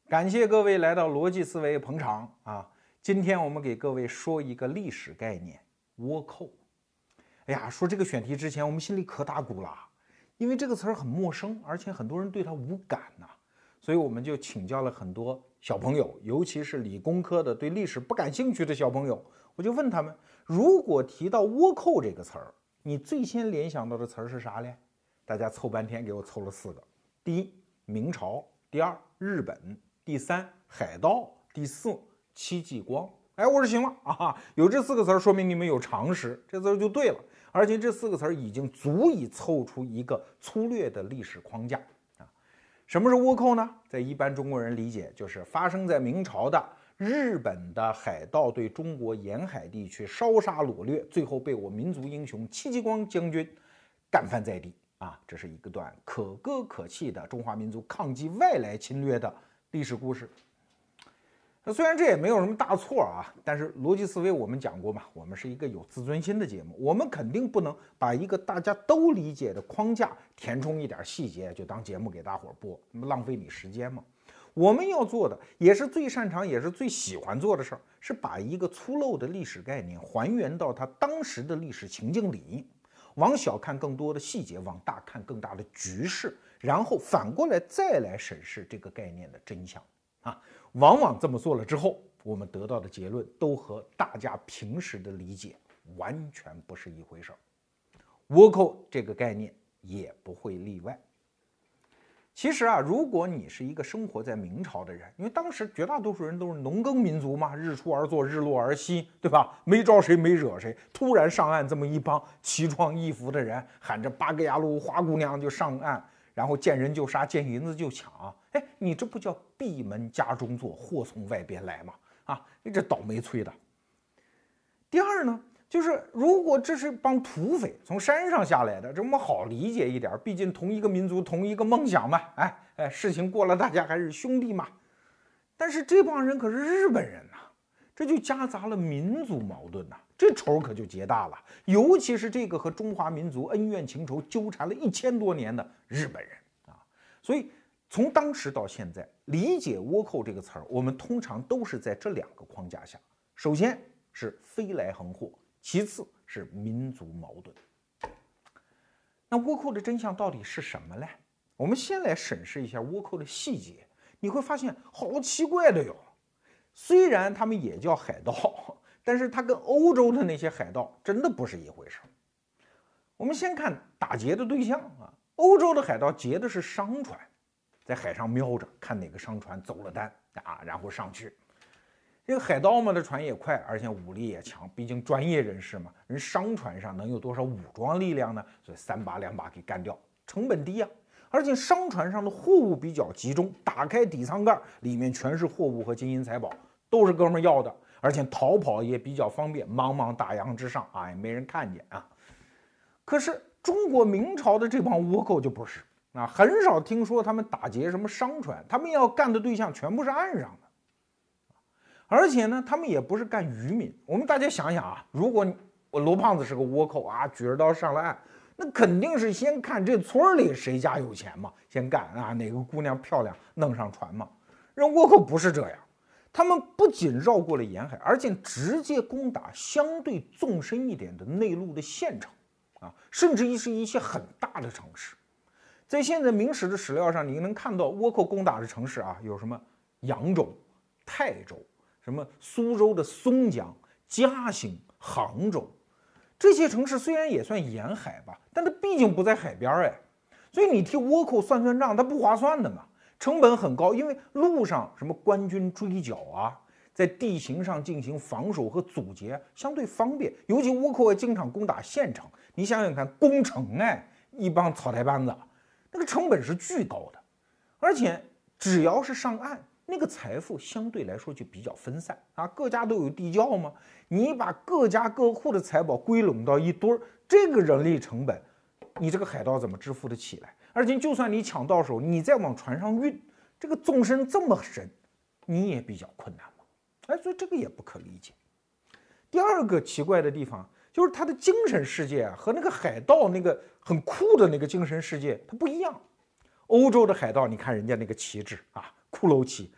感谢各位来到逻辑思维捧场啊！今天我们给各位说一个历史概念——倭寇。哎呀，说这个选题之前，我们心里可打鼓了，因为这个词儿很陌生，而且很多人对它无感呐，所以我们就请教了很多小朋友，尤其是理工科的对历史不感兴趣的小朋友，我就问他们：如果提到倭寇这个词儿，你最先联想到的词儿是啥嘞？大家凑半天给我凑了4个：第一，明朝；第二，日本；第3，海盗；第4，戚继光。哎，我说行了啊，有这4个词儿，说明你们有常识，这字就对了。而且这4个词儿已经足以凑出一个粗略的历史框架啊。什么是倭寇呢？在一般中国人理解，就是发生在明朝的日本的海盗对中国沿海地区烧杀掳掠，最后被我民族英雄戚继光将军干翻在地啊。这是一个段可歌可泣的中华民族抗击外来侵略的历史故事。虽然这也没有什么大错啊，但是逻辑思维我们讲过嘛，我们是一个有自尊心的节目，我们肯定不能把一个大家都理解的框架填充一点细节就当节目给大伙儿播，那么浪费你时间嘛。我们要做的也是最擅长也是最喜欢做的事儿，是把一个粗陋的历史概念还原到它当时的历史情境里，往小看更多的细节，往大看更大的局势，然后反过来再来审视这个概念的真相啊。往往这么做了之后，我们得到的结论都和大家平时的理解完全不是一回事儿。倭寇这个概念也不会例外。其实啊，如果你是一个生活在明朝的人，因为当时绝大多数人都是农耕民族嘛，日出而作，日落而息，对吧？没招谁，没惹谁，突然上岸这么一帮奇装异服的人，喊着八个牙路花姑娘就上岸，然后见人就杀，见银子就抢，哎，你这不叫闭门家中坐，祸从外边来吗？啊，你这倒霉催的。第二呢，就是如果这是帮土匪从山上下来的，这我们好理解一点，毕竟同一个民族，同一个梦想嘛，哎，事情过了，大家还是兄弟嘛。但是这帮人可是日本人呐，这就夹杂了民族矛盾呐，这仇可就结大了。尤其是这个和中华民族恩怨情仇纠缠了1000多年的日本人啊，所以从当时到现在，理解倭寇这个词儿，我们通常都是在这2个框架下：首先是飞来横祸，其次是民族矛盾。那倭寇的真相到底是什么呢？我们先来审视一下倭寇的细节，你会发现好奇怪的哟。虽然他们也叫海盗，但是他跟欧洲的那些海盗真的不是一回事。我们先看打劫的对象啊，欧洲的海盗劫的是商船，在海上瞄着，看哪个商船走了单啊，然后上去。这个海盗嘛，的船也快，而且武力也强，毕竟专业人士嘛，人商船上能有多少武装力量呢？所以3把2把给干掉，成本低啊。而且商船上的货物比较集中，打开底舱盖，里面全是货物和金银财宝，都是哥们要的，而且逃跑也比较方便，茫茫大洋之上啊，也没人看见啊。可是中国明朝的这帮倭寇就不是啊，很少听说他们打劫什么商船，他们要干的对象全部是岸上的。而且呢，他们也不是干渔民。我们大家想想啊，如果我罗胖子是个倭寇啊，举着刀上了岸，那肯定是先看这村里谁家有钱嘛，先干啊，哪个姑娘漂亮弄上船嘛。人倭寇不是这样，他们不仅绕过了沿海，而且直接攻打相对纵深一点的内陆的县城啊，甚至是一些很大的城市。在现在明史的史料上，你能看到倭寇攻打的城市啊，有什么扬州、泰州。什么苏州的松江、嘉兴、杭州，这些城市虽然也算沿海吧，但它毕竟不在海边哎，所以你替倭寇算账，它不划算的嘛，成本很高，因为路上什么官军追剿啊，在地形上进行防守和阻截相对方便，尤其倭寇也经常攻打县城，你想想看，攻城哎，一帮草台班子，那个成本是巨高的，而且只要是上岸。那个财富相对来说就比较分散啊，各家都有地窖嘛，你把各家各户的财宝归拢到一堆儿，这个人力成本，你这个海盗怎么支付得起来？而且就算你抢到手，你再往船上运，这个纵深这么深，你也比较困难嘛。哎，所以这个也不可理解。第二个奇怪的地方就是他的精神世界啊，和那个海盗那个很酷的那个精神世界它不一样。欧洲的海盗，你看人家那个旗帜啊，骷髅旗，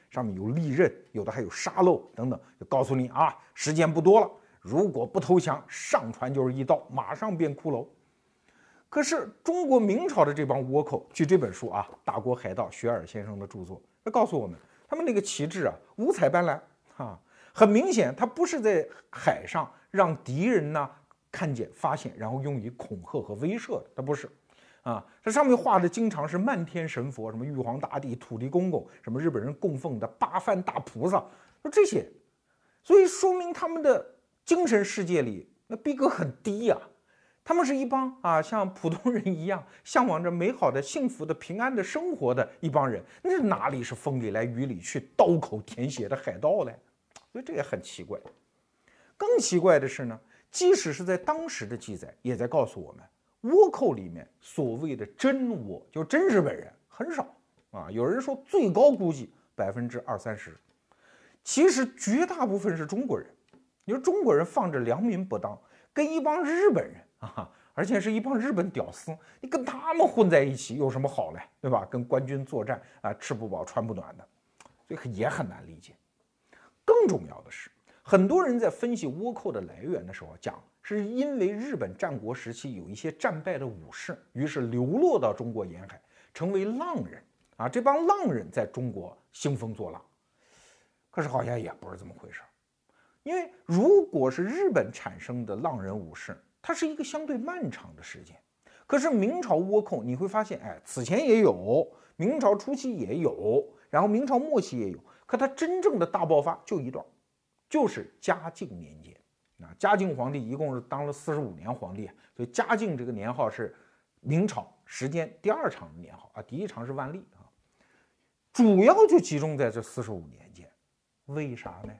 上面有利刃，有的还有沙漏等等，就告诉你啊，时间不多了，如果不投降，上船就是一刀，马上变骷髅。可是中国明朝的这帮倭寇，据这本书啊，大国海盗学而先生的著作，他告诉我们，他们那个旗帜啊，五彩斑斓啊，很明显，他不是在海上让敌人呢看见发现，然后用于恐吓和威慑的，他不是。啊，这上面画的经常是漫天神佛，什么玉皇大帝、土地公公，什么日本人供奉的八幡大菩萨，说这些，所以说明他们的精神世界里那逼格很低呀。他们是一帮啊，像普通人一样，向往着美好的、幸福的、平安的生活的一帮人，那哪里是风里来雨里去、刀口舔血的海盗嘞？所以这也很奇怪。更奇怪的是呢，即使是在当时的记载，也在告诉我们。倭寇里面所谓的真倭，就真日本人很少啊。有人说最高估计20%-30%，其实绝大部分是中国人。你说中国人放着良民不当，跟一帮日本人啊，而且是一帮日本屌丝，你跟他们混在一起有什么好嘞？对吧？跟官军作战啊，吃不饱穿不暖的，所以也很难理解。更重要的是，很多人在分析倭寇的来源的时候讲。是因为日本战国时期有一些战败的武士，于是流落到中国沿海，成为浪人啊。这帮浪人在中国兴风作浪，可是好像也不是这么回事。因为如果是日本产生的浪人武士，它是一个相对漫长的时间。可是明朝倭寇，你会发现，哎，此前也有，明朝初期也有，然后明朝末期也有，可它真正的大爆发就一段，就是嘉靖年间。嘉靖皇帝一共是当了45年皇帝，所以嘉靖这个年号是明朝时间第二长的年号啊，第一长是万历啊，主要就集中在这45年间。为啥呢？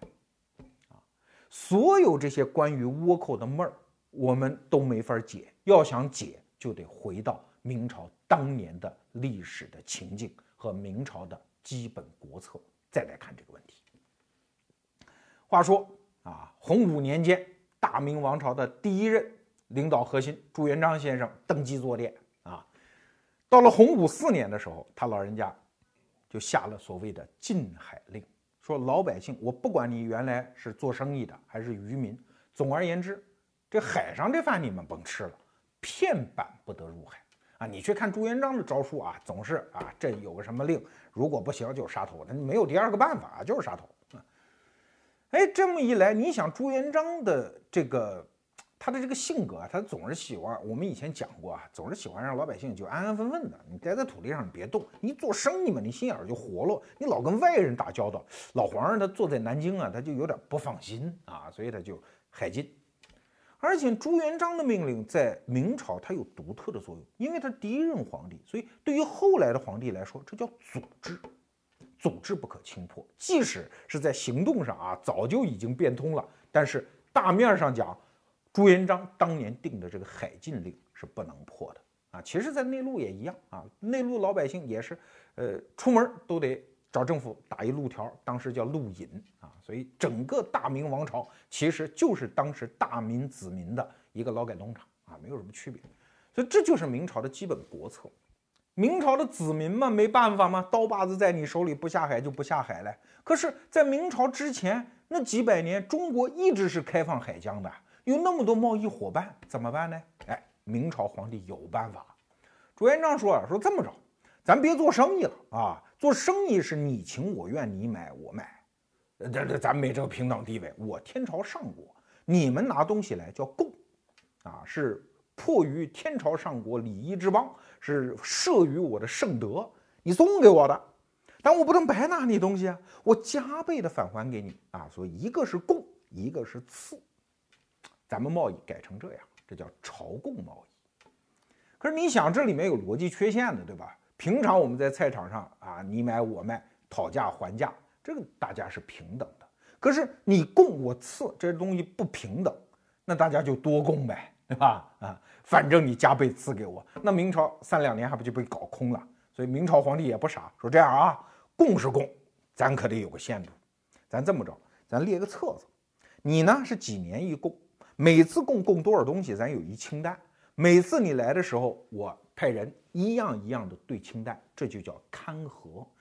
所有这些关于倭寇的闷儿，我们都没法解，要想解，就得回到明朝当年的历史的情境和明朝的基本国策，再来看这个问题。话说啊，洪武年间，大明王朝的第一任领导核心朱元璋先生登基坐殿啊。到了洪武4年的时候，他老人家就下了所谓的禁海令，说老百姓，我不管你原来是做生意的还是渔民，总而言之，这海上这饭你们甭吃了，片板不得入海啊！你去看朱元璋的招数啊，总是啊，这有个什么令，如果不行就杀头，他没有第二个办法，就是杀头。哎，这么一来，你想朱元璋的他的这个性格啊，他总是喜欢，我们以前讲过啊，总是喜欢让老百姓就安安分分的，你待在土地上你别动，你做生意嘛，你心眼就活络，你老跟外人打交道。老皇上他坐在南京啊，他就有点不放心啊，所以他就海禁。而且朱元璋的命令在明朝它有独特的作用，因为他第一任皇帝，所以对于后来的皇帝来说，这叫组织。组织不可轻破，即使是在行动上啊，早就已经变通了，但是大面上讲，朱元璋当年定的这个海禁令是不能破的啊。其实，在内陆也一样啊，内陆老百姓也是，出门都得找政府打一路条，当时叫路引啊。所以整个大明王朝其实就是当时大明子民的一个劳改农场啊，没有什么区别。所以这就是明朝的基本国策。明朝的子民嘛，没办法嘛，刀把子在你手里，不下海就不下海了。可是，在明朝之前那几百年，中国一直是开放海疆的，有那么多贸易伙伴，怎么办呢？哎，明朝皇帝有办法。朱元璋说说这么着，咱别做生意了啊，做生意是你情我愿，你买我买，咱没这个平等地位。我天朝上国，你们拿东西来叫贡，啊是。迫于天朝上国礼仪之邦，是慑于我的圣德，你送给我的，但我不能白拿你东西啊，我加倍的返还给你啊，所以一个是贡，一个是赐，咱们贸易改成这样，这叫朝贡贸易。可是你想，这里面有逻辑缺陷的，对吧？平常我们在菜场上啊，你买我卖，讨价还价，这个大家是平等的。可是你贡我赐，这东西不平等，那大家就多贡呗。对吧？啊，反正你加倍赐给我，那明朝3、2年还不就被搞空了？所以明朝皇帝也不傻，说这样啊，贡是贡，咱可得有个限度。咱这么着，咱列个册子，你呢是几年一贡，每次贡多少东西，咱有一清单。每次你来的时候，我派人一样一样的对清单，这就叫勘核。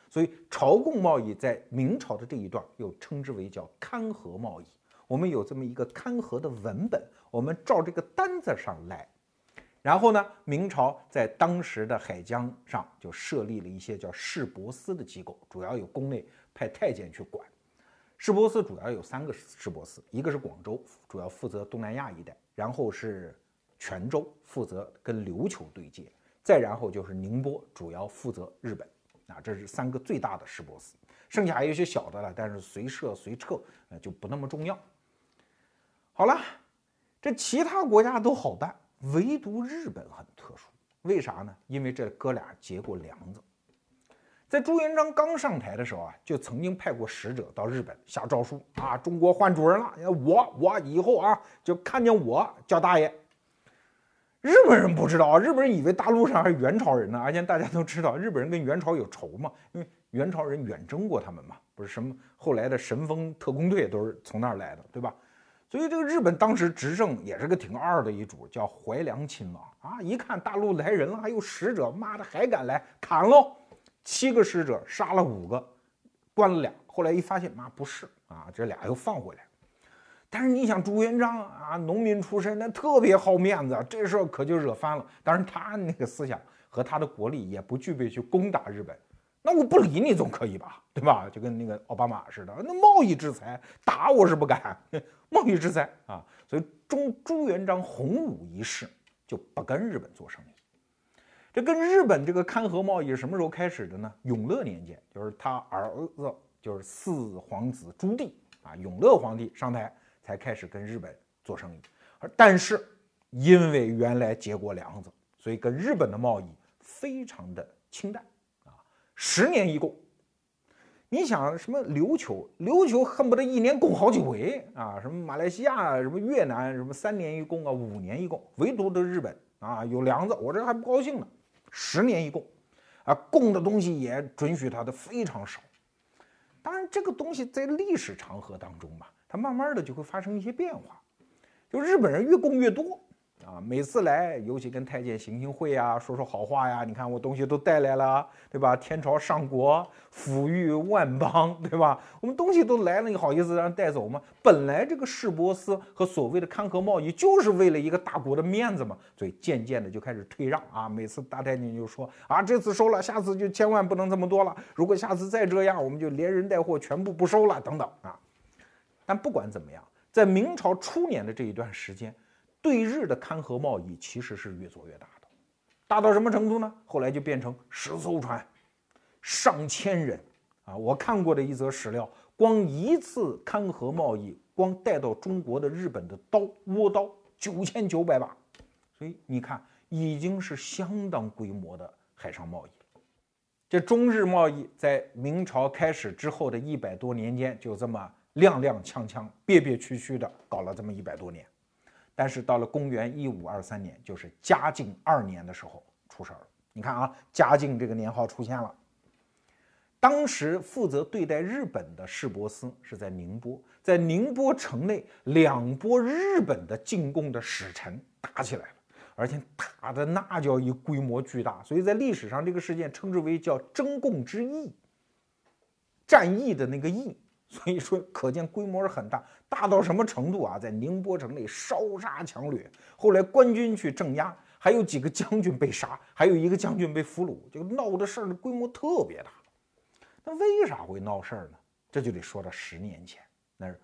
所以朝贡贸易在明朝的这一段又称之为叫勘合贸易。我们有这么一个勘合的文本，我们照这个单子上来。然后呢，明朝在当时的海疆上就设立了一些叫市舶司的机构，主要有宫内派太监去管。市舶司主要有3个市舶司，一个是广州，主要负责东南亚一带，然后是泉州，负责跟琉球对接，再然后就是宁波，主要负责日本。这是3个最大的市舶司，剩下还有一些小的了，但是随设随撤，就不那么重要。好了，这其他国家都好办，唯独日本很特殊。为啥呢？因为这哥俩结过梁子。在朱元璋刚上台的时候啊，就曾经派过使者到日本下诏书啊，中国换主人了，我以后啊就看见我叫大爷。日本人不知道，日本人以为大陆上还是元朝人呢，而且大家都知道日本人跟元朝有仇嘛，因为元朝人远征过他们嘛，不是什么后来的神风特工队都是从那儿来的，对吧？所以这个日本当时执政也是个挺二的一主，叫怀良亲王啊！一看大陆来人了，还有使者，妈的还敢来，砍喽！7个使者杀了5个，关了2。后来一发现，妈不是啊，这俩又放回来。但是你想朱元璋啊，农民出身，那特别好面子，这事儿可就惹翻了。当然他那个思想和他的国力也不具备去攻打日本。那我不理你总可以吧，对吧？就跟那个奥巴马似的，那贸易制裁打我是不敢，贸易制裁啊，所以朱元璋洪武一世就不跟日本做生意。这跟日本这个勘合贸易是什么时候开始的呢？永乐年间，就是他儿子就是4皇子朱棣啊，永乐皇帝上台才开始跟日本做生意。但是因为原来结过梁子，所以跟日本的贸易非常的清淡。10年一贡，你想什么琉球恨不得1年贡好几回啊！什么马来西亚、什么越南、什么3年一贡啊，5年一贡，唯独的日本啊有梁子，我这还不高兴呢。10年一贡，啊，贡的东西也准许他的非常少。当然，这个东西在历史长河当中吧，它慢慢的就会发生一些变化，就日本人越贡越多。每次来，尤其跟太监行行惠啊，说说好话呀，你看我东西都带来了，对吧？天朝上国，抚育万邦，对吧？我们东西都来了，你好意思让带走吗？本来这个市舶司和所谓的勘合贸易，就是为了一个大国的面子嘛，所以渐渐的就开始退让啊。每次大太监就说啊，这次收了，下次就千万不能这么多了，如果下次再这样，我们就连人带货全部不收了，等等啊。但不管怎么样，在明朝初年的这一段时间，对日的勘合贸易其实是越做越大的，大到什么程度呢？后来就变成10艘船，上千人啊！我看过的一则史料，光一次勘合贸易，光带到中国的日本的倭刀9900把，所以你看，已经是相当规模的海上贸易了。这中日贸易在明朝开始之后的100多年间，就这么踉踉跄跄、憋憋屈屈的搞了这么100多年。但是到了公元1523年，就是嘉靖2年的时候出事儿了。你看啊，嘉靖这个年号出现了。当时负责对待日本的市舶司是在宁波，在宁波城内2拨日本的进贡的使臣打起来了，而且打的那叫一规模巨大，所以在历史上这个事件称之为叫争贡之役，战役的那个役。所以说，可见规模是很大，大到什么程度啊？在宁波城内烧杀抢掠，后来官军去镇压，还有几个将军被杀，还有1个将军被俘虏，就闹的事儿的规模特别大。那为啥会闹事儿呢？这就得说到10年前，那是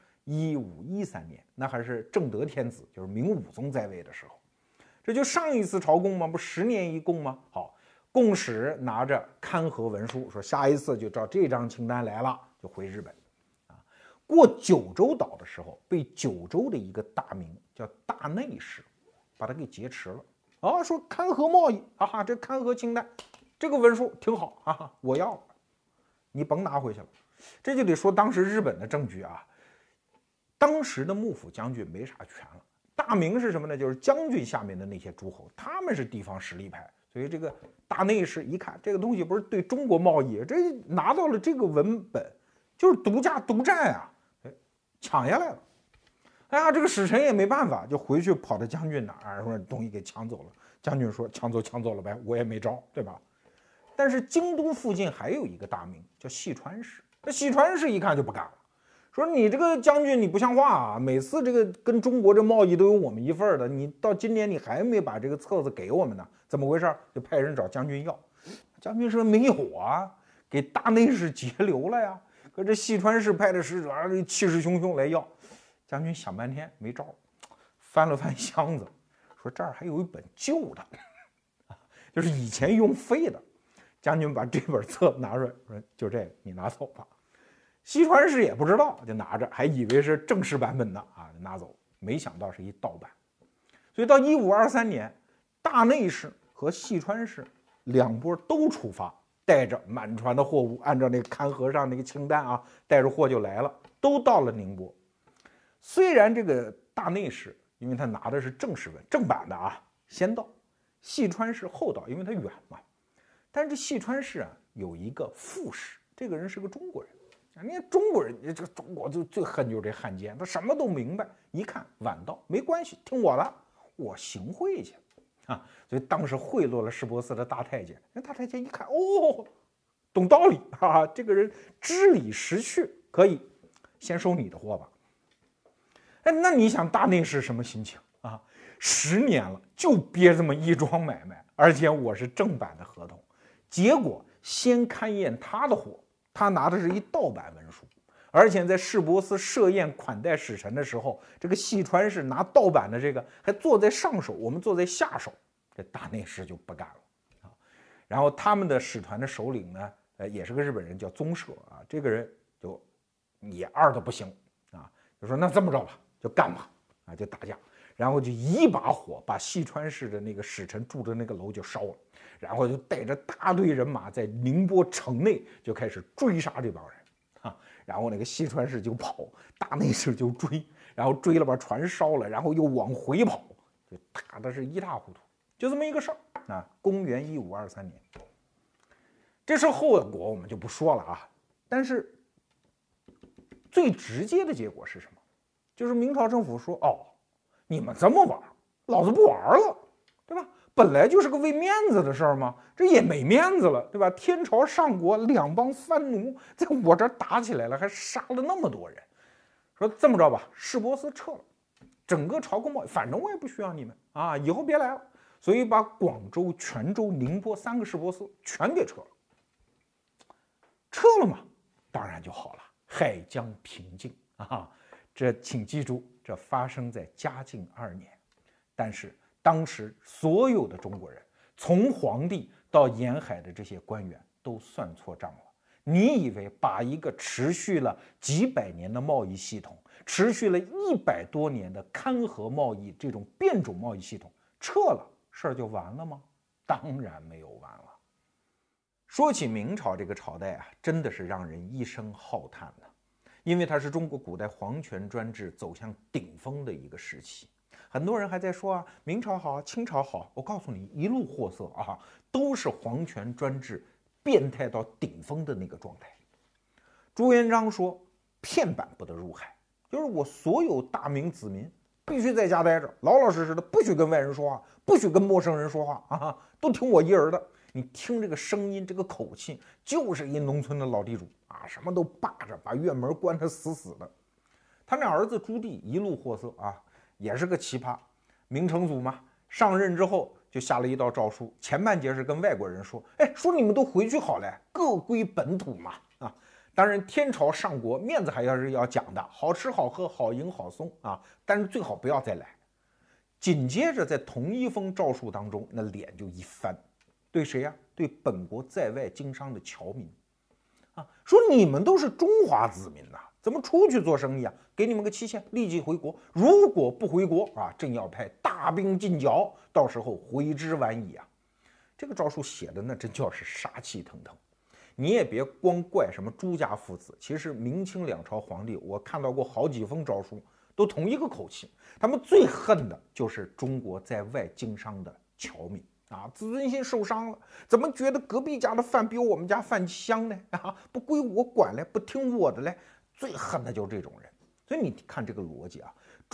1513年，那还是正德天子，就是明武宗在位的时候。这就上一次朝贡吗？不10年一贡吗？好，贡使拿着勘合文书，说下一次就照这张清单来了，就回日本。过九州岛的时候，被九州的一个大名叫大内氏，把他给劫持了。啊，说勘合贸易啊，这勘合清单，这个文书挺好啊，我要，你甭拿回去了。这就得说当时日本的政局啊，当时的幕府将军没啥权了，大名是什么呢？就是将军下面的那些诸侯，他们是地方实力派。所以这个大内氏一看这个东西不是对中国贸易，这拿到了这个文本，就是独家独占啊。抢下来了，哎呀，这个使臣也没办法，就回去跑到将军那儿，说东西给抢走了。将军说抢走了呗，我也没招，对吧？ 但是京都附近还有一个大名叫细川氏，那细川氏一看就不干了，说你这个将军你不像话啊，每次这个跟中国这贸易都有我们一份的，你到今年你还没把这个册子给我们呢，怎么回事？就派人找将军要，将军说没有啊，给大内侍截留了呀。可这细川氏派的使者气势汹汹来要，将军想半天没招，翻了翻箱子，说这儿还有一本旧的，就是以前用废的。将军把这本册拿出来，说就这个，你拿走吧。细川氏也不知道，就拿着，还以为是正式版本的啊，拿走，没想到是一盗版。所以到1523年，大内氏和细川氏两波都出发，带着满船的货物，按照那个勘合上那个清单啊，带着货就来了，都到了宁波。虽然这个大内氏，因为他拿的是正式本正版的啊，先到；细川氏后到，因为他远嘛。但是这细川氏啊，有一个副使，这个人是个中国人。你看中国人，这个中国就最恨就是这汉奸，他什么都明白，一看晚到没关系，听我的，我行贿去啊！所以当时贿赂了市舶司的大太监。那大太监一看，哦，懂道理啊，这个人知理识趣，可以先收你的货吧。哎，那你想大内侍什么心情啊？10年了，就憋这么一桩买卖，而且我是正版的合同，结果先勘验他的货。他拿的是一盗版文书，而且在市舶司设宴款待使臣的时候，这个细川氏拿盗版的这个还坐在上手，我们坐在下手，这大内侍就不干了啊。然后他们的使团的首领呢，也是个日本人，叫宗社啊，这个人就也二的不行啊，就说那这么着吧，就干吧啊，就打架。然后就一把火把细川氏的那个使臣住的那个楼就烧了，然后就带着大队人马在宁波城内就开始追杀这帮人啊，然后那个细川氏就跑，大内侍就追，然后追了把船烧了，然后又往回跑，就打的是一塌糊涂，就这么一个事儿啊。公元1523年，这事后果我们就不说了啊，但是最直接的结果是什么？就是明朝政府说，哦，你们这么玩，老子不玩了，对吧？本来就是个为面子的事儿嘛，这也没面子了，对吧？天朝上国两帮藩奴在我这儿打起来了，还杀了那么多人。说这么着吧，市舶司撤了，整个朝贡贸易，反正我也不需要你们啊，以后别来了。所以把广州、泉州、宁波3个市舶司全给撤了。撤了嘛，当然就好了，海疆平静啊。这请记住，这发生在嘉靖2年，但是当时所有的中国人，从皇帝到沿海的这些官员都算错账了。你以为把一个持续了几百年的贸易系统，持续了100多年的勘合贸易这种变种贸易系统撤了，事儿就完了吗？当然没有完了。说起明朝这个朝代啊，真的是让人一声浩叹的。因为它是中国古代皇权专制走向顶峰的一个时期，很多人还在说啊，明朝好，清朝好。我告诉你，一路货色啊，都是皇权专制变态到顶峰的那个状态。朱元璋说，片板不得入海，就是我所有大明子民必须在家待着，老老实实的，不许跟外人说话，不许跟陌生人说话啊，都听我一人的。你听这个声音，这个口气，就是一农村的老地主啊，什么都霸着，把院门关得死死的。他那儿子朱棣一路货色啊，也是个奇葩。明成祖嘛，上任之后就下了一道诏书，前半截是跟外国人说，哎，说你们都回去好了，各归本土嘛啊。当然，天朝上国面子还是要讲的，好吃好喝好迎好送啊，但是最好不要再来。紧接着在同一封诏书当中，那脸就一翻。对谁呀？对本国在外经商的侨民，啊，说你们都是中华子民呐，怎么出去做生意啊？给你们个期限，立即回国。如果不回国啊，朕要派大兵进剿，到时候悔之晚矣啊！这个诏书写的那真叫是杀气腾腾。你也别光怪什么朱家父子，其实明清两朝皇帝，我看到过好几封诏书，都同一个口气，他们最恨的就是中国在外经商的侨民。啊，自尊心受伤了，怎么觉得隔壁家的饭比我们家饭香呢？啊，不归我管嘞，不听我的嘞，最恨的就是这种人。所以你看这个逻辑啊，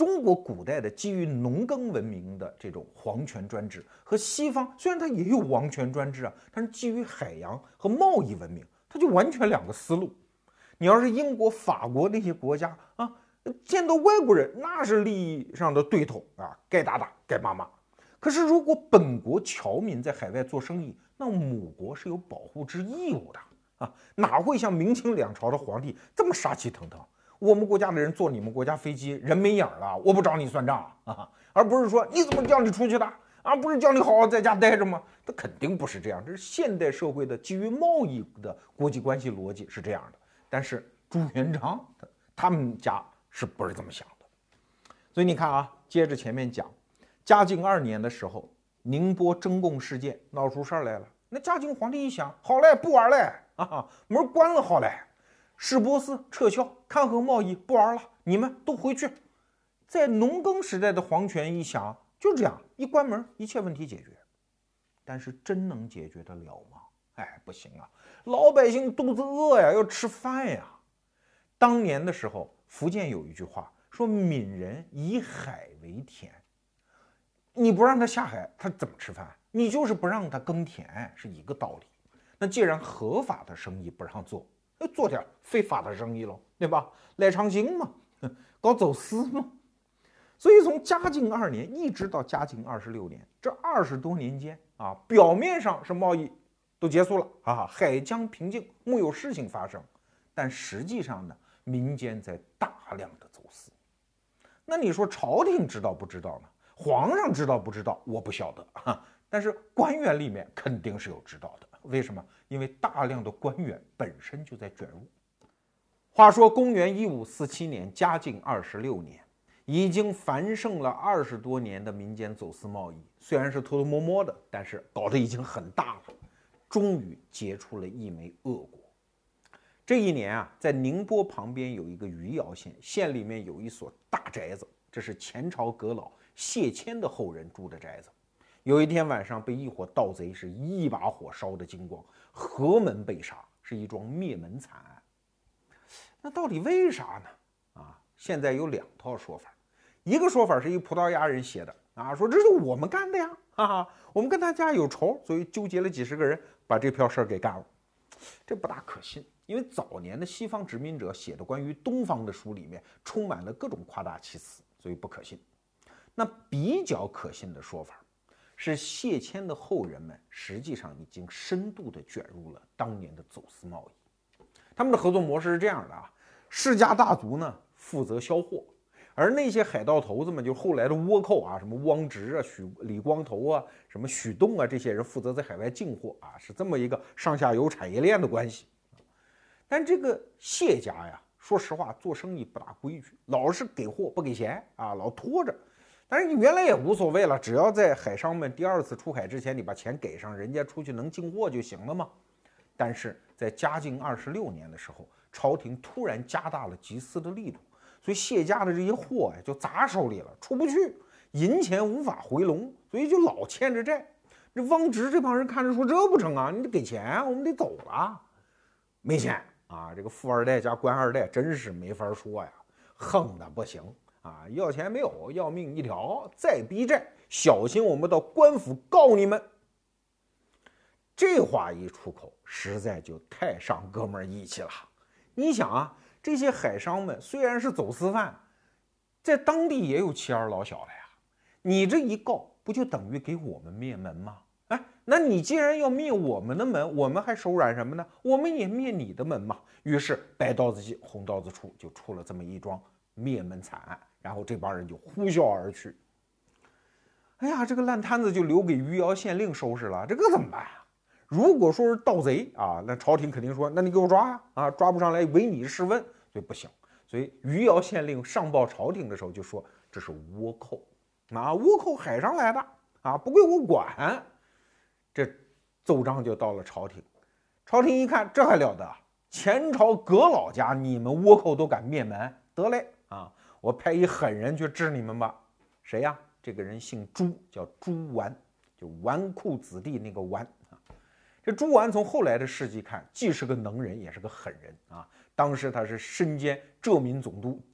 中国古代的基于农耕文明的这种皇权专制，和西方虽然它也有王权专制啊，但是基于海洋和贸易文明，它就完全两个思路。你要是英国、法国那些国家啊，见到外国人那是利益上的对头啊，该打打，该骂骂。可是如果本国侨民在海外做生意，那母国是有保护之义务的啊，哪会像明清两朝的皇帝这么杀气腾腾？我们国家的人坐你们国家飞机，人没影了，我不找你算账啊，而不是说你怎么叫你出去的啊？不是叫你好好在家待着吗？他肯定不是这样，这是现代社会的基于贸易的国际关系逻辑是这样的。但是朱元璋他们家是不是这么想的？所以你看啊，接着前面讲，嘉靖2年的时候，宁波征贡事件闹出事儿来了。那嘉靖皇帝一想，好嘞，不玩嘞啊，门关了，好嘞。市舶司撤销，看河贸易不玩了，你们都回去。在农耕时代的皇权一想，就这样一关门，一切问题解决。但是真能解决得了吗？哎，不行啊，老百姓肚子饿呀，要吃饭呀。当年的时候，福建有一句话说：“闽人以海为田。”你不让他下海，他怎么吃饭？你就是不让他耕田，是一个道理。那既然合法的生意不让做，做点非法的生意喽，对吧？赖昌星嘛，搞走私嘛。所以从嘉靖2年一直到嘉靖26年，这20多年间啊，表面上是贸易都结束了啊，海疆平静，木有事情发生，但实际上呢，民间在大量的走私。那你说朝廷知道不知道呢？皇上知道不知道？我不晓得啊，但是官员里面肯定是有知道的。为什么？因为大量的官员本身就在卷入。话说公元1547年，嘉靖26年，已经繁盛了20多年的民间走私贸易，虽然是偷偷摸摸的，但是搞得已经很大了，终于结出了一枚恶果。这一年啊，在宁波旁边有一个余姚县，县里面有一所大宅子，这是前朝阁老谢谦的后人住的宅子。有一天晚上，被一伙盗贼是一把火烧得精光，合门被杀，是一桩灭门惨案。那到底为啥呢？啊，现在有2套说法。一个说法是一葡萄牙人写的啊，说这是我们干的呀，哈哈，我们跟他家有仇，所以纠结了几十个人把这票事儿给干了。这不大可信，因为早年的西方殖民者写的关于东方的书里面充满了各种夸大其词，所以不可信。那比较可信的说法是谢谦的后人们实际上已经深度地卷入了当年的走私贸易。他们的合作模式是这样的啊，世家大族呢负责销货，而那些海盗头子们，就后来的倭寇啊，什么汪直啊、李光头啊、什么许栋啊，这些人负责在海外进货啊，是这么一个上下游产业链的关系。但这个谢家呀，说实话做生意不大规矩，老是给货不给钱啊，老拖着。但是你原来也无所谓了，只要在海商们第2次出海之前，你把钱给上，人家出去能进货就行了嘛。但是在嘉靖26年的时候，朝廷突然加大了缉私的力度，所以谢家的这些货呀就砸手里了，出不去，银钱无法回笼，所以就老欠着债。这汪直这帮人看着说，这不成啊，你得给钱啊，我们得走了。没钱啊，这个富二代加官二代真是没法说呀，横的不行啊，要钱没有，要命一条，再逼债，小心我们到官府告你们。这话一出口，实在就太伤哥们儿义气了。你想啊，这些海商们虽然是走私犯，在当地也有妻儿老小了呀。你这一告，不就等于给我们灭门吗？哎，那你既然要灭我们的门，我们还手软什么呢？我们也灭你的门嘛。于是白刀子进红刀子出，就出了这么一桩灭门惨案。然后这帮人就呼啸而去。哎呀，这个烂摊子就留给余姚县令收拾了，这个怎么办啊？如果说是盗贼啊，那朝廷肯定说，那你给我抓呀！啊，抓不上来唯你是问，所以不行。所以余姚县令上报朝廷的时候就说，这是倭寇啊，倭寇海上来的啊，不归我管。这奏章就到了朝廷，朝廷一看，这还了得！前朝阁老家你们倭寇都敢灭门，得嘞啊！我派一狠人去治你们吧。谁呀？这个人姓朱，叫朱完，就纨绔子弟那个纨啊。这朱完从后来的事迹看，既是个能人，也是个狠人啊。当时他是身兼浙闽总督兼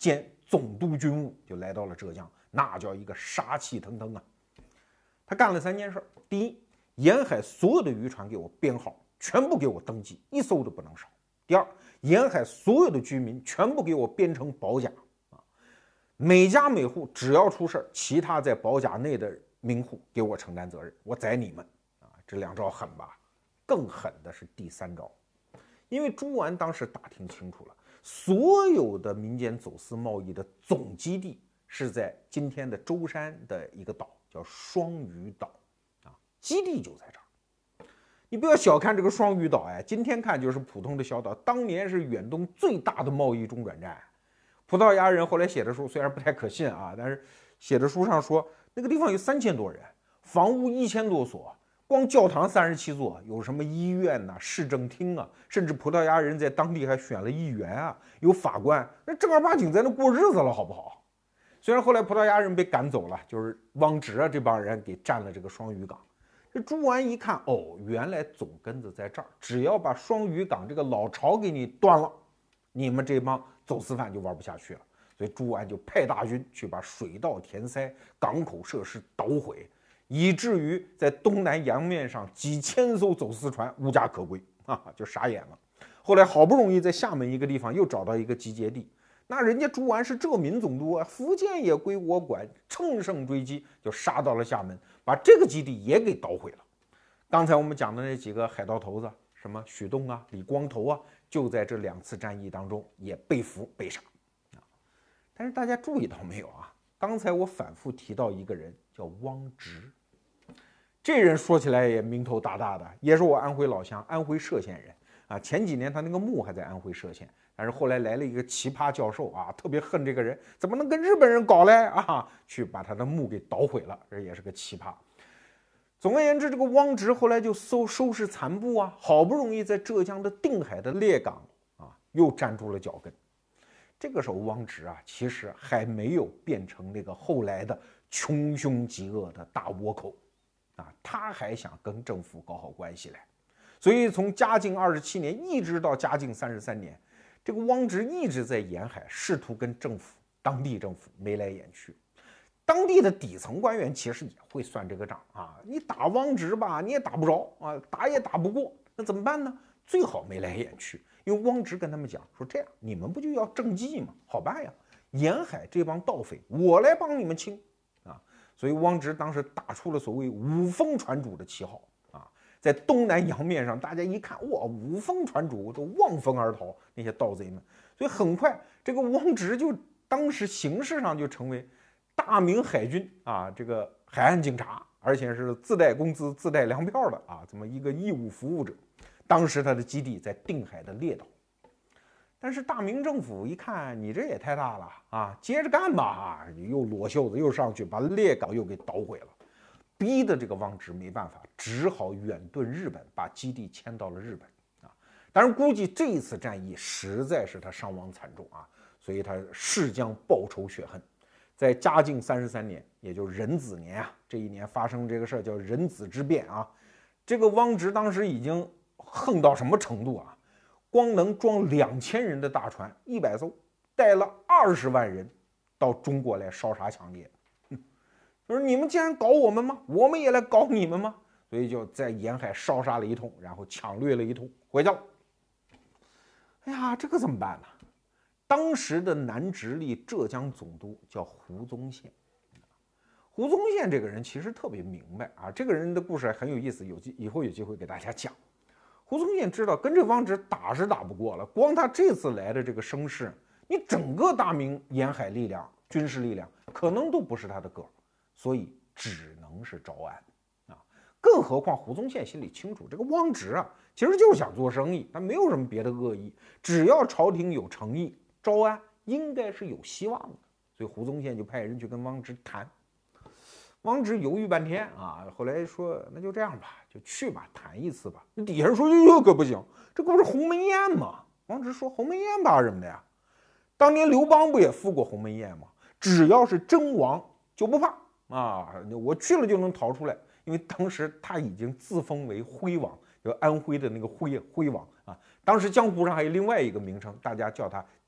总督军务，就来到了浙江，那叫一个杀气腾腾啊！他干了3件事：第一，沿海所有的渔船给我编号，全部给我登记，一艘都不能少；第二，沿海所有的居民全部给我编成保甲啊，每家每户只要出事，其他在保甲内的民户给我承担责任，我宰你们啊！这2招狠吧？更狠的是第3招，因为朱完当时打听清楚了，所有的民间走私贸易的总基地是在今天的舟山的一个岛，叫双屿岛啊，基地就在这儿。你不要小看这个双屿岛，哎，今天看就是普通的小岛，当年是远东最大的贸易中转站。葡萄牙人后来写的书虽然不太可信啊，但是写的书上说那个地方有3000多人，房屋1000多所。光教堂37座，有什么医院呐、市政厅啊，甚至葡萄牙人在当地还选了议员啊，有法官，那正儿八经在那过日子了，好不好？虽然后来葡萄牙人被赶走了，就是汪直啊这帮人给占了这个双屿港。这朱完一看，哦，原来总根子在这儿，只要把双屿港这个老巢给你断了，你们这帮走私犯就玩不下去了。所以朱完就派大军去把水道填塞、港口设施捣毁。以至于在东南洋面上几千艘走私船无家可归啊，就傻眼了。后来好不容易在厦门一个地方又找到一个集结地，那人家朱完是浙闽总督啊，福建也归我管，乘胜追击就杀到了厦门，把这个基地也给捣毁了。刚才我们讲的那几个海盗头子，什么许栋啊、李光头啊，就在这2次战役当中也被俘被杀啊。但是大家注意到没有啊？刚才我反复提到一个人叫汪直。这人说起来也名头大大的，也是我安徽老乡，安徽歙县人啊。前几年他那个墓还在安徽歙县，但是后来来了一个奇葩教授啊，特别恨这个人，怎么能跟日本人搞嘞啊？去把他的墓给捣毁了，这也是个奇葩。总而言之，这个汪直后来就收拾残部啊，好不容易在浙江的定海的列港啊，又站住了脚跟。这个时候，汪直啊，其实还没有变成那个后来的穷凶极恶的大倭寇。啊，他还想跟政府搞好关系来，所以从嘉靖27年一直到嘉靖33年，这个汪直一直在沿海试图跟当地政府眉来眼去。当地的底层官员其实也会算这个账啊，你打汪直吧，你也打不着啊，打也打不过，那怎么办呢？最好眉来眼去，因为汪直跟他们讲说，这样你们不就要政绩吗？好办呀，沿海这帮盗匪我来帮你们清。所以汪直当时打出了所谓五峰船主的旗号啊，在东南洋面上，大家一看，哇，五峰船主都望风而逃，那些盗贼们。所以很快，这个汪直就当时形式上就成为大明海军啊，这个海岸警察，而且是自带工资、自带粮票的啊，这么一个义务服务者。当时他的基地在定海的列岛。但是大明政府一看你这也太大了啊，接着干吧啊，又裸袖子又上去把列港又给捣毁了，逼得这个汪直没办法，只好远遁日本，把基地迁到了日本啊。当然估计这一次战役实在是他伤亡惨重啊，所以他誓将报仇雪恨。在嘉靖33年，也就是壬子年啊，这一年发生这个事儿叫壬子之变啊。这个汪直当时已经横到什么程度啊？光能装2000人的大船100艘，带了20万人到中国来烧杀抢掠。就是你们既然搞我们吗？我们也来搞你们吗？所以就在沿海烧杀了一通，然后抢掠了一通，回去了。哎呀，这个怎么办呢？当时的南直隶浙江总督叫胡宗宪。胡宗宪这个人其实特别明白啊，这个人的故事很有意思，以后有机会给大家讲。胡宗宪知道跟这汪直打是打不过了，光他这次来的这个声势，你整个大明沿海力量、军事力量可能都不是他的个儿，所以只能是招安啊。更何况胡宗宪心里清楚，这个汪直啊，其实就是想做生意，他没有什么别的恶意，只要朝廷有诚意，招安应该是有希望的。所以胡宗宪就派人去跟汪直谈。汪直犹豫半天啊，后来说那就这样吧，就去吧，谈一次吧。底下人说这可不行，这不是鸿门宴吗？汪直说鸿门宴怕什么的呀？当年刘邦不也赴过鸿门宴吗？只要是真王就不怕啊，我去了就能逃出来。因为当时他已经自封为徽王，就安徽的那个徽王啊。当时江湖上还有另外一个名称，大家叫他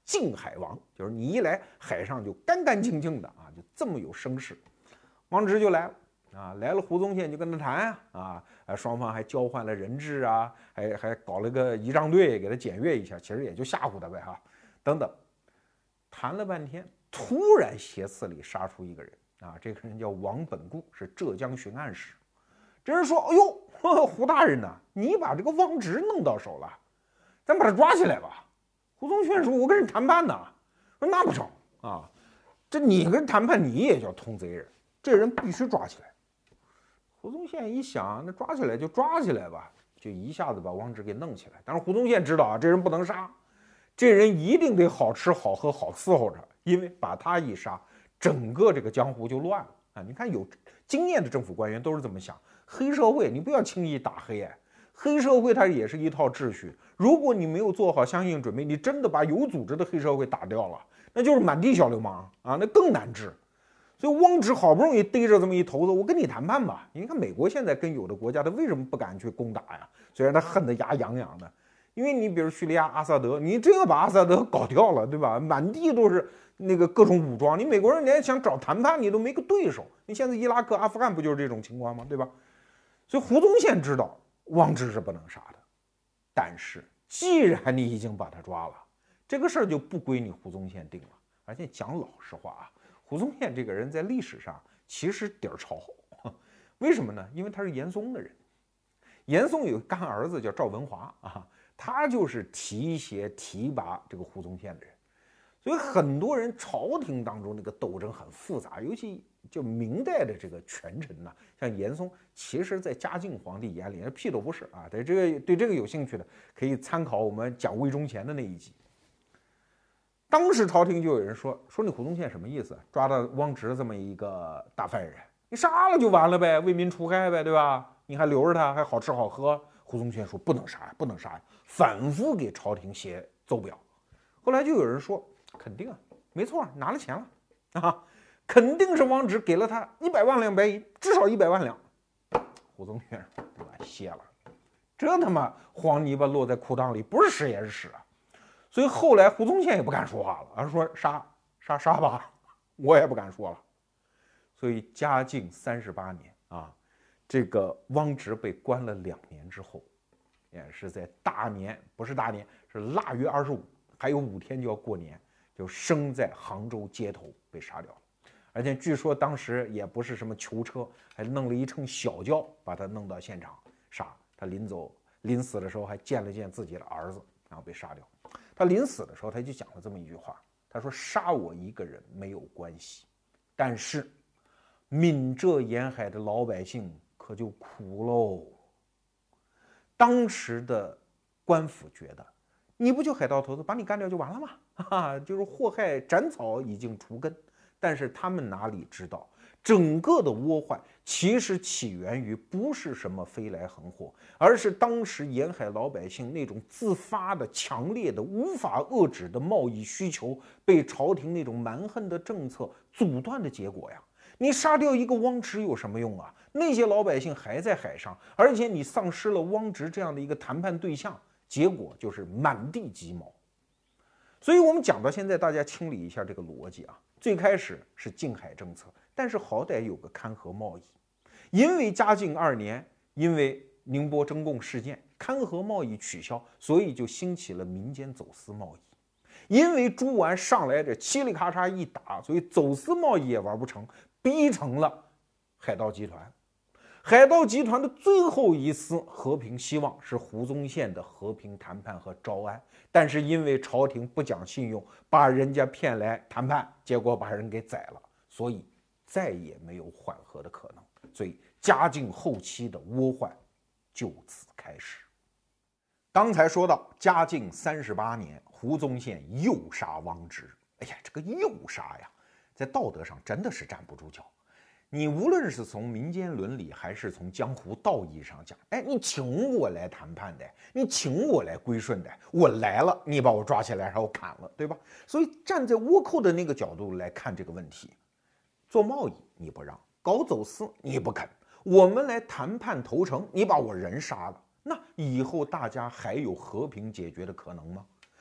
靖海王，就是你一来海上就干干净净的啊，就这么有声势。王直就来了啊，来了胡宗宪就跟他谈双方还交换了人质啊，还搞了个仪仗队给他检阅一下，其实也就吓唬他呗等等，谈了半天，突然斜刺里杀出一个人啊，这个人叫王本固，是浙江巡按使。这人说：“哎呦，胡大人呐，你把这个汪直弄到手了，咱把他抓起来吧。”胡宗宪说：“我跟人谈判呢。”说：“那不成啊，这你跟人谈判，你也叫通贼人，这人必须抓起来。”胡宗宪一想，那抓起来就抓起来吧，就一下子把汪直给弄起来。但是胡宗宪知道啊，这人不能杀，这人一定得好吃好喝好伺候着，因为把他一杀，整个这个江湖就乱了啊！你看有经验的政府官员都是这么想，黑社会你不要轻易打黑黑社会它也是一套秩序，如果你没有做好相应准备，你真的把有组织的黑社会打掉了，那就是满地小流氓啊，那更难治。所以汪直好不容易逮着这么一头子，我跟你谈判吧。你看美国现在跟有的国家，他为什么不敢去攻打呀？虽然他恨得牙痒痒的，因为你比如叙利亚阿萨德，你真要把阿萨德搞掉了，对吧？满地都是那个各种武装，你美国人连想找谈判你都没个对手。你现在伊拉克、阿富汗不就是这种情况吗？对吧？所以胡宗宪知道汪直是不能杀的，但是既然你已经把他抓了，这个事儿就不归你胡宗宪定了。而且讲老实话啊，胡宗宪这个人在历史上其实底儿朝好，为什么呢？因为他是严嵩的人。严嵩有个干儿子叫赵文华啊，他就是提携提拔这个胡宗宪的人，所以很多人朝廷当中那个斗争很复杂，尤其就明代的这个权臣呐，像严嵩，其实在嘉靖皇帝眼里屁都不是啊。对这个有兴趣的，可以参考我们讲魏忠贤的那一集。当时朝廷就有人说你胡宗宪什么意思？抓到汪直这么一个大犯人，你杀了就完了呗，为民除害呗，对吧？你还留着他，还好吃好喝。胡宗宪说不能杀呀，不能杀呀，反复给朝廷写奏表。后来就有人说肯定啊，没错，拿了钱了啊，肯定是汪直给了他100万两白银，至少100万两。胡宗宪说对吧，谢了，这他妈黄泥巴落在裤裆里，不是屎也是屎啊。所以后来胡宗宪也不敢说话了，而说杀吧，我也不敢说了。所以嘉靖38年啊，这个汪直被关了2年之后，也是在大年，不是大年，是腊月25，还有5天就要过年，就生在杭州街头被杀掉了。而且据说当时也不是什么囚车，还弄了一乘小轿把他弄到现场杀。他临死的时候还见了见自己的儿子，然后被杀掉。他临死的时候他就讲了这么一句话，他说杀我一个人没有关系，但是闽浙沿海的老百姓可就苦喽。当时的官府觉得你不就海盗头子，把你干掉就完了吗？就是祸害斩草已经除根。但是他们哪里知道，整个的倭患其实起源于不是什么飞来横祸，而是当时沿海老百姓那种自发的、强烈的、无法遏制的贸易需求，被朝廷那种蛮横的政策阻断的结果呀。你杀掉一个汪直有什么用啊？那些老百姓还在海上，而且你丧失了汪直这样的一个谈判对象，结果就是满地鸡毛。所以我们讲到现在，大家清理一下这个逻辑啊。最开始是禁海政策，但是好歹有个勘合贸易。因为嘉靖2年，因为宁波征贡事件，勘合贸易取消，所以就兴起了民间走私贸易。因为猪丸上来这嘁里咔嚓一打，所以走私贸易也玩不成，逼成了海盗集团。海盗集团的最后一丝和平希望是胡宗宪的和平谈判和招安，但是因为朝廷不讲信用，把人家骗来谈判，结果把人给宰了，所以再也没有缓和的可能。所以嘉靖后期的倭患就此开始。刚才说到嘉靖38年，胡宗宪诱杀汪直。哎呀，这个诱杀呀，在道德上真的是站不住脚。你无论是从民间伦理还是从江湖道义上讲，你请我来谈判的，你请我来归顺的，我来了，你把我抓起来然后砍了，对吧？所以站在倭寇的那个角度来看这个问题，做贸易你不让，搞走私你不肯，我们来谈判投诚，你把我人杀了，那以后大家还有和平解决的可能吗？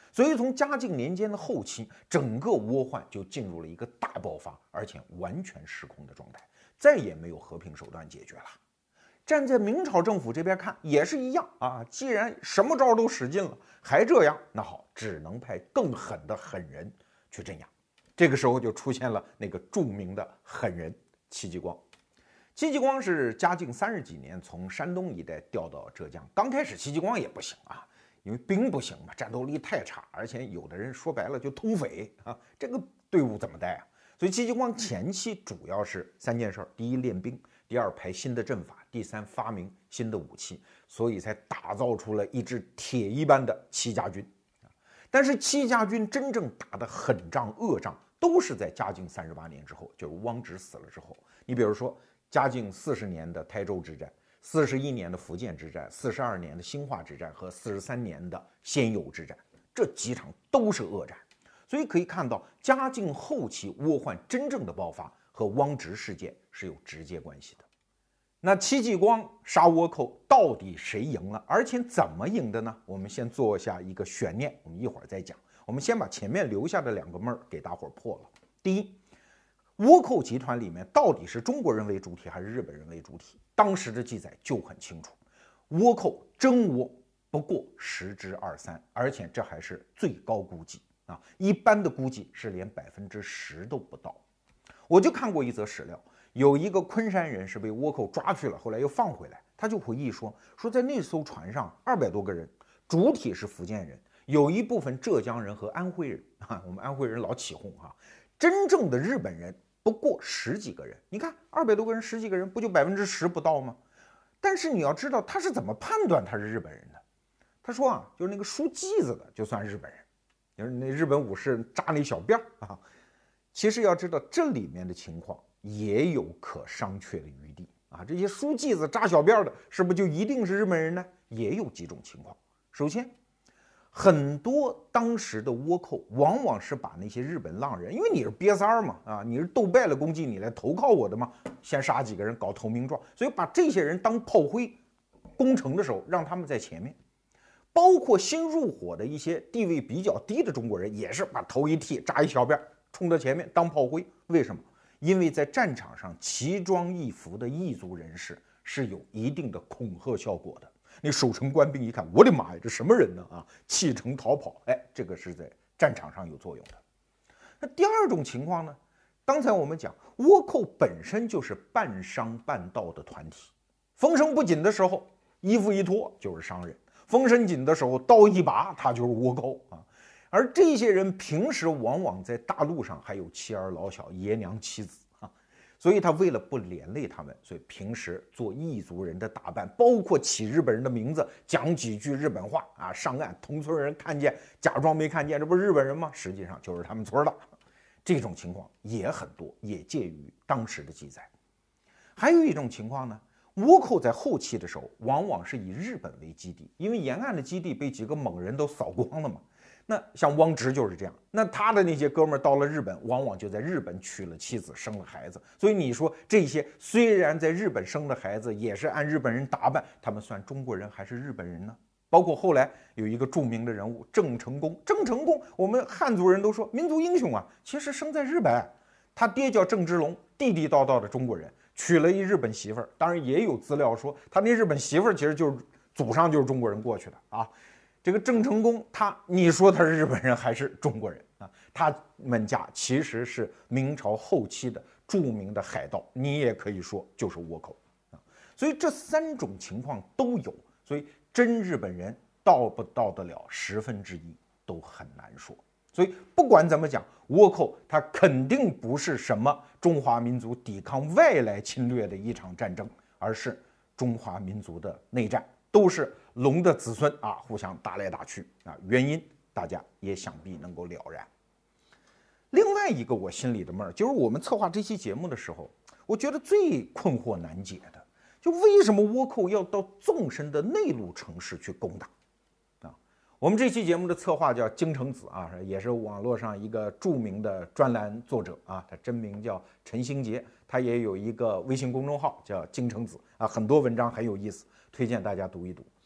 所以从嘉靖年间的后期，整个倭患就进入了一个大爆发，而且完全失控的状态，再也没有和平手段解决了。站在明朝政府这边看也是一样啊，既然什么招都使尽了，还这样，那好，只能派更狠的狠人去镇压。这个时候就出现了那个著名的狠人戚继光。戚继光是嘉靖30几年从山东一带调到浙江，刚开始戚继光也不行啊，因为兵不行嘛，战斗力太差，而且有的人说白了就通匪啊，这个队伍怎么带啊？所以戚继光前期主要是3件事：第一，练兵；第二，排新的阵法；第三，发明新的武器，所以才打造出了一支铁一般的戚家军。但是戚家军真正打的狠仗、恶仗，都是在嘉靖38年之后，就是汪直死了之后。你比如说，嘉靖40年的台州之战、41年的福建之战、42年的兴化之战和43年的仙游之战，这几场都是恶战。所以可以看到，嘉靖后期倭患真正的爆发和汪直事件是有直接关系的。那戚继光杀倭寇到底谁赢了，而且怎么赢的呢？我们先做下一个悬念，我们一会儿再讲。我们先把前面留下的2个闷儿给大伙儿破了。第一，倭寇集团里面到底是中国人为主体还是日本人为主体？当时的记载就很清楚，倭寇真倭不过10之23，而且这还是最高估计啊，一般的估计是连10%都不到。我就看过一则史料，有一个昆山人是被倭寇抓去了，后来又放回来，他就回忆说在那艘船上200多个人，主体是福建人，有一部分浙江人和安徽人啊，我们安徽人老起哄哈，真正的日本人不过10几个人。你看200多个人10几个人，不就10%不到吗？但是你要知道他是怎么判断他是日本人的。他说啊，就是那个梳髻子的就算日本人，就是那日本武士扎那小辫儿啊。其实要知道这里面的情况也有可商榷的余地啊。这些梳髻子扎小辫的，是不是就一定是日本人呢？也有几种情况。首先，很多当时的倭寇往往是把那些日本浪人，因为你是瘪三儿嘛，啊，你是斗败了攻击你来投靠我的嘛，先杀几个人搞投名状，所以把这些人当炮灰，攻城的时候让他们在前面。包括新入伙的一些地位比较低的中国人，也是把头一剃，扎一小辫，冲到前面当炮灰。为什么？因为在战场上奇装异服的异族人士是有一定的恐吓效果的。那守城官兵一看，我的妈呀，这什么人呢？啊，弃城逃跑，哎，这个是在战场上有作用的。那第二种情况呢？刚才我们讲，倭寇本身就是半商半盗的团体，风声不紧的时候，衣服一脱就是商人；风声紧的时候，刀一拔，他就是倭寇啊。而这些人平时往往在大陆上还有妻儿老小、爷娘妻子啊，所以他为了不连累他们，所以平时做异族人的打扮，包括起日本人的名字，讲几句日本话啊，上岸同村人看见假装没看见，这不是日本人吗？实际上就是他们村的。这种情况也很多，也介于当时的记载。还有一种情况呢，倭寇在后期的时候，往往是以日本为基地，因为沿岸的基地被几个猛人都扫光了嘛。那像汪直就是这样，那他的那些哥们儿到了日本，往往就在日本娶了妻子，生了孩子。所以你说这些虽然在日本生的孩子，也是按日本人打扮，他们算中国人还是日本人呢？包括后来有一个著名的人物郑成功，郑成功我们汉族人都说民族英雄啊，其实生在日本，他爹叫郑芝龙，地地道道的中国人，娶了一日本媳妇儿。当然也有资料说他那日本媳妇儿其实就是祖上就是中国人过去的啊。这个郑成功你说他是日本人还是中国人啊？他们家其实是明朝后期的著名的海盗，你也可以说就是倭寇啊。所以这3种情况都有，所以真日本人到不到得了1/10都很难说。所以不管怎么讲，倭寇它肯定不是什么中华民族抵抗外来侵略的一场战争，而是中华民族的内战，都是龙的子孙啊，互相打来打去啊。原因大家也想必能够了然。另外一个我心里的闷儿，就是我们策划这期节目的时候，我觉得最困惑难解的，就为什么倭寇要到纵深的内陆城市去攻打啊？我们这期节目的策划叫京城子啊，也是网络上一个著名的专栏作者啊，他真名叫陈兴杰，他也有一个微信公众号叫京城子啊，很多文章很有意思，推荐大家读一读。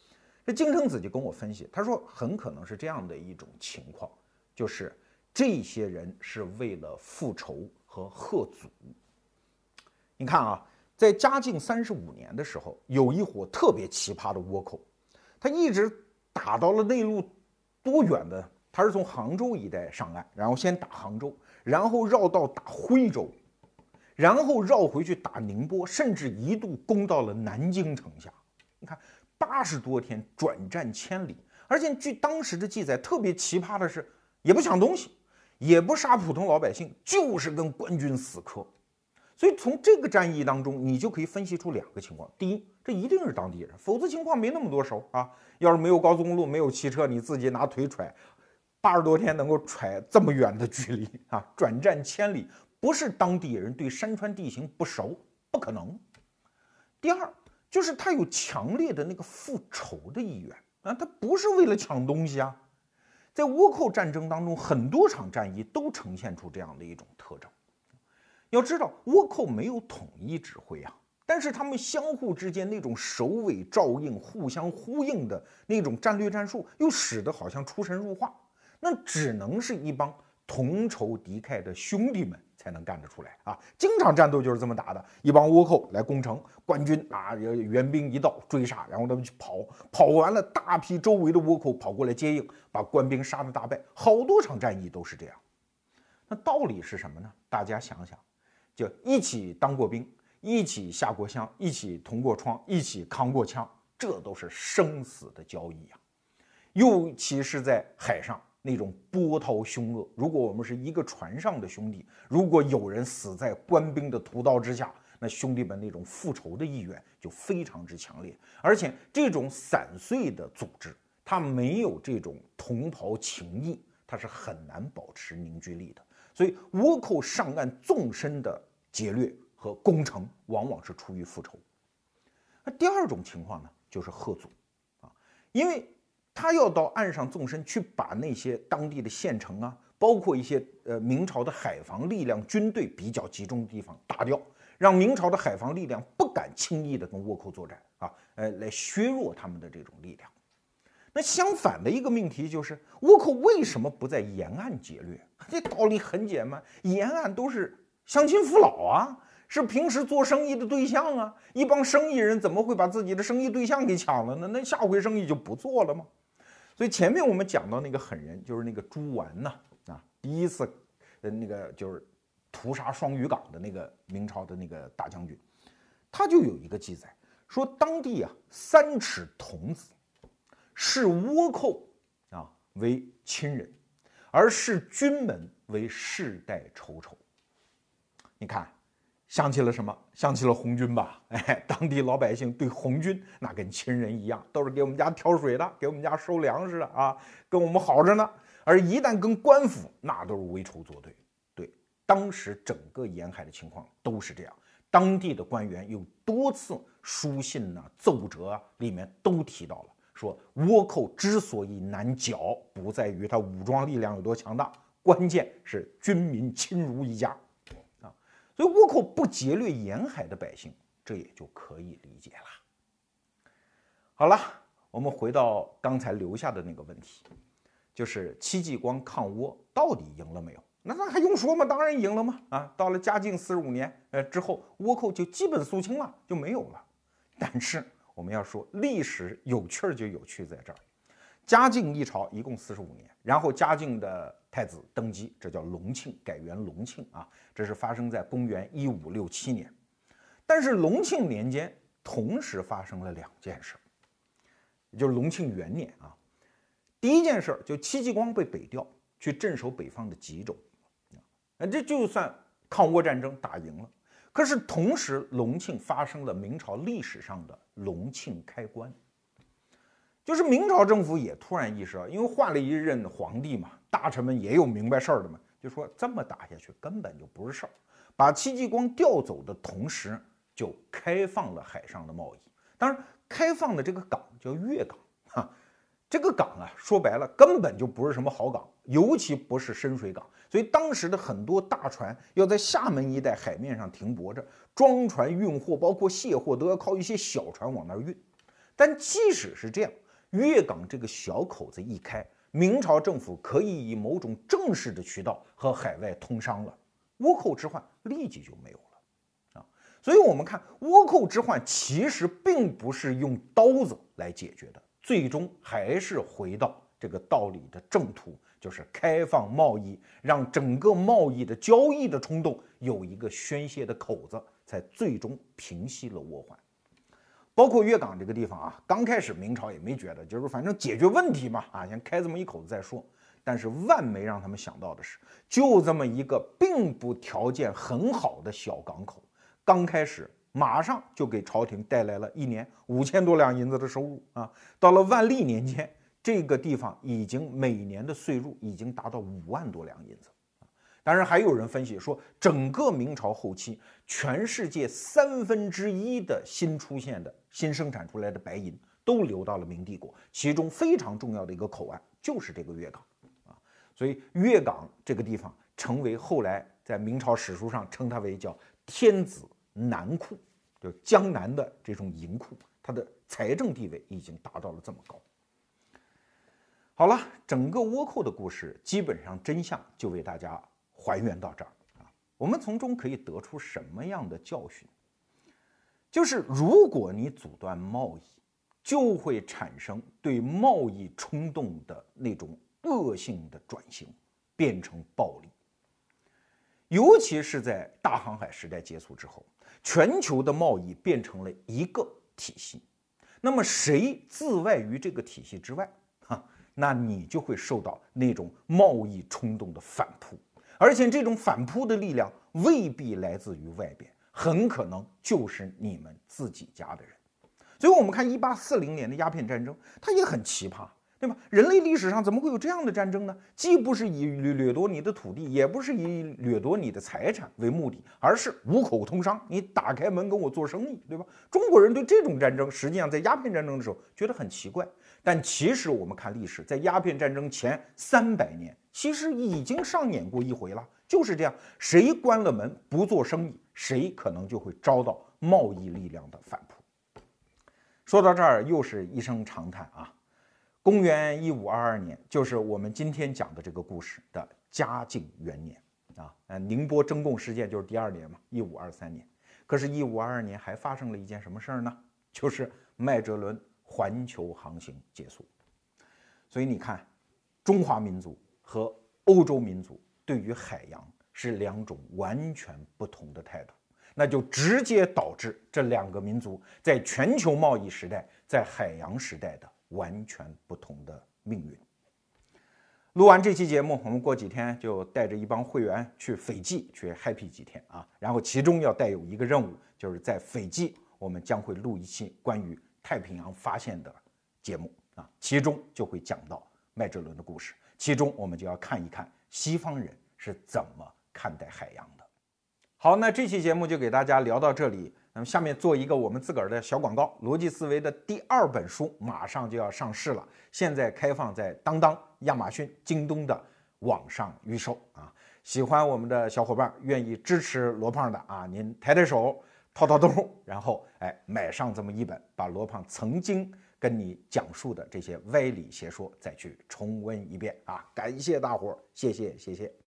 这金城子就跟我分析，他说很可能是这样的一种情况，就是这些人是为了复仇和贺祖。你看啊，在嘉靖35年的时候，有一伙特别奇葩的倭寇，他一直打到了内陆多远的？他是从杭州一带上岸，然后先打杭州，然后绕道打徽州，然后绕回去打宁波，甚至一度攻到了南京城下。你看，80多天，转战千里，而且据当时的记载，特别奇葩的是，也不抢东西，也不杀普通老百姓，就是跟官军死磕。所以从这个战役当中，你就可以分析出2个情况：第一，这一定是当地人，否则情况没那么多手啊。要是没有高速公路，没有汽车，你自己拿腿踹，80多天能够踹这么远的距离啊，转战千里，不是当地人对山川地形不熟，不可能。第二，就是他有强烈的那个复仇的意愿啊，他不是为了抢东西啊。在倭寇战争当中，很多场战役都呈现出这样的一种特征。要知道，倭寇没有统一指挥啊，但是他们相互之间那种首尾照应、互相呼应的那种战略战术，又使得好像出神入化。那只能是一帮同仇敌忾的兄弟们才能干得出来啊！经常战斗就是这么打的，一帮倭寇来攻城，官军啊援兵一到追杀，然后他们去跑，跑完了，大批周围的倭寇跑过来接应，把官兵杀得大败。好多场战役都是这样。那道理是什么呢？大家想想，就一起当过兵，一起下过乡，一起同过窗，一起扛过枪，这都是生死的交易啊！尤其是在海上那种波涛凶恶，如果我们是一个船上的兄弟，如果有人死在官兵的屠刀之下，那兄弟们那种复仇的意愿就非常之强烈。而且这种散碎的组织，它没有这种同袍情谊，它是很难保持凝聚力的。所以倭寇上岸纵深的劫掠和攻城，往往是出于复仇。那第二种情况呢，就是贺祖啊，因为他要到岸上纵深去把那些当地的县城啊，包括一些明朝的海防力量、军队比较集中的地方打掉，让明朝的海防力量不敢轻易的跟倭寇作战啊，来削弱他们的这种力量。那相反的一个命题就是，倭寇为什么不在沿岸劫掠？这道理很简单，沿岸都是乡亲父老啊，是平时做生意的对象啊，一帮生意人怎么会把自己的生意对象给抢了呢？那下回生意就不做了吗？所以前面我们讲到那个狠人，就是那个朱完呐，第一次那个就是屠杀双屿港的那个明朝的那个大将军，他就有一个记载说，当地啊3尺童子视倭寇啊为亲人，而视军门为世代仇仇。你看，想起了什么？想起了红军吧？当地老百姓对红军那跟亲人一样，都是给我们家挑水的，给我们家收粮食的啊，跟我们好着呢。而一旦跟官府，那都是为仇作对。对，当时整个沿海的情况都是这样。当地的官员有多次书信啊、奏折啊，里面都提到了，说倭寇之所以难剿，不在于他武装力量有多强大，关键是军民亲如一家。所以倭寇不劫掠沿海的百姓，这也就可以理解了。好了，我们回到刚才留下的那个问题，就是戚继光抗倭到底赢了没有？那还用说吗？当然赢了嘛！到了嘉靖45年之后，倭寇就基本肃清了，就没有了。但是我们要说，历史有趣就有趣在这儿。嘉靖一朝一共45年，然后嘉靖的太子登基，这叫隆庆，改元隆庆啊，这是发生在公元1567年。但是隆庆年间同时发生了2件事，也就是隆庆元年啊。第一件事就戚继光被北调去镇守北方的吉州，这就算抗倭战争打赢了。可是同时，隆庆发生了明朝历史上的隆庆开关。就是明朝政府也突然意识到，因为换了一任皇帝嘛，大臣们也有明白事儿的嘛，就说这么打下去根本就不是事儿。把戚继光调走的同时，就开放了海上的贸易。当然，开放的这个港叫粤港，这个港啊，说白了根本就不是什么好港，尤其不是深水港。所以当时的很多大船要在厦门一带海面上停泊着，装船运货，包括卸货，都要靠一些小船往那儿运。但即使是这样， 粤港这个小口子一开，明朝政府可以以某种正式的渠道和海外通商了，倭寇之患立即就没有了啊。所以我们看倭寇之患其实并不是用刀子来解决的，最终还是回到这个道理的正途，就是开放贸易，让整个贸易的交易的冲动有一个宣泄的口子，才最终平息了倭患。包括粤港这个地方啊，刚开始明朝也没觉得，就是反正解决问题嘛，先开这么一口子再说。但是万没让他们想到的是，就这么一个并不条件很好的小港口，刚开始马上就给朝廷带来了1年5000多两银子的收入啊。到了万历年间，这个地方已经每年的税入已经达到5万多两银子。当然，还有人分析说，整个明朝后期，全世界1/3的新出现的、新生产出来的白银都流到了明帝国，其中非常重要的一个口岸就是这个粤港啊。所以，粤港这个地方成为后来在明朝史书上称它为叫天子南库，就是江南的这种银库，它的财政地位已经达到了这么高。好了，整个倭寇的故事基本上真相就为大家还原到这儿啊，我们从中可以得出什么样的教训？就是如果你阻断贸易，就会产生对贸易冲动的那种恶性的转型，变成暴力。尤其是在大航海时代结束之后，全球的贸易变成了一个体系，那么谁自外于这个体系之外，那你就会受到那种贸易冲动的反扑。而且这种反扑的力量未必来自于外边，很可能就是你们自己家的人。所以我们看1840年的鸦片战争，它也很奇葩，对吧？人类历史上怎么会有这样的战争呢？既不是以掠夺你的土地，也不是以掠夺你的财产为目的，而是五口通商，你打开门跟我做生意，对吧？中国人对这种战争，实际上在鸦片战争的时候觉得很奇怪，但其实我们看历史，在鸦片战争前300年，其实已经上演过一回了，就是这样，谁关了门不做生意，谁可能就会遭到贸易力量的反扑。说到这儿，又是一声长叹啊！公元1522年，就是我们今天讲的这个故事的嘉靖元年啊，宁波征贡事件就是第2年嘛，1523年。可是1522年还发生了一件什么事儿呢？就是麦哲伦环球航行结束。所以你看，中华民族和欧洲民族对于海洋是2种完全不同的态度，那就直接导致这2个民族在全球贸易时代、在海洋时代的完全不同的命运。录完这期节目，我们过几天就带着一帮会员去斐济去 happy 几天啊，然后其中要带有一个任务，就是在斐济我们将会录一期关于太平洋发现的节目啊，其中就会讲到麦哲伦的故事，其中我们就要看一看西方人是怎么看待海洋的。好，那这期节目就给大家聊到这里。那么下面做一个我们自个儿的小广告，逻辑思维的第2本书马上就要上市了，现在开放在当当、亚马逊、京东的网上预售啊。喜欢我们的小伙伴，愿意支持罗胖的啊，您抬抬手，掏掏兜，然后买上这么一本，把罗胖曾经跟你讲述的这些歪理邪说再去重温一遍啊。感谢大伙儿，谢谢。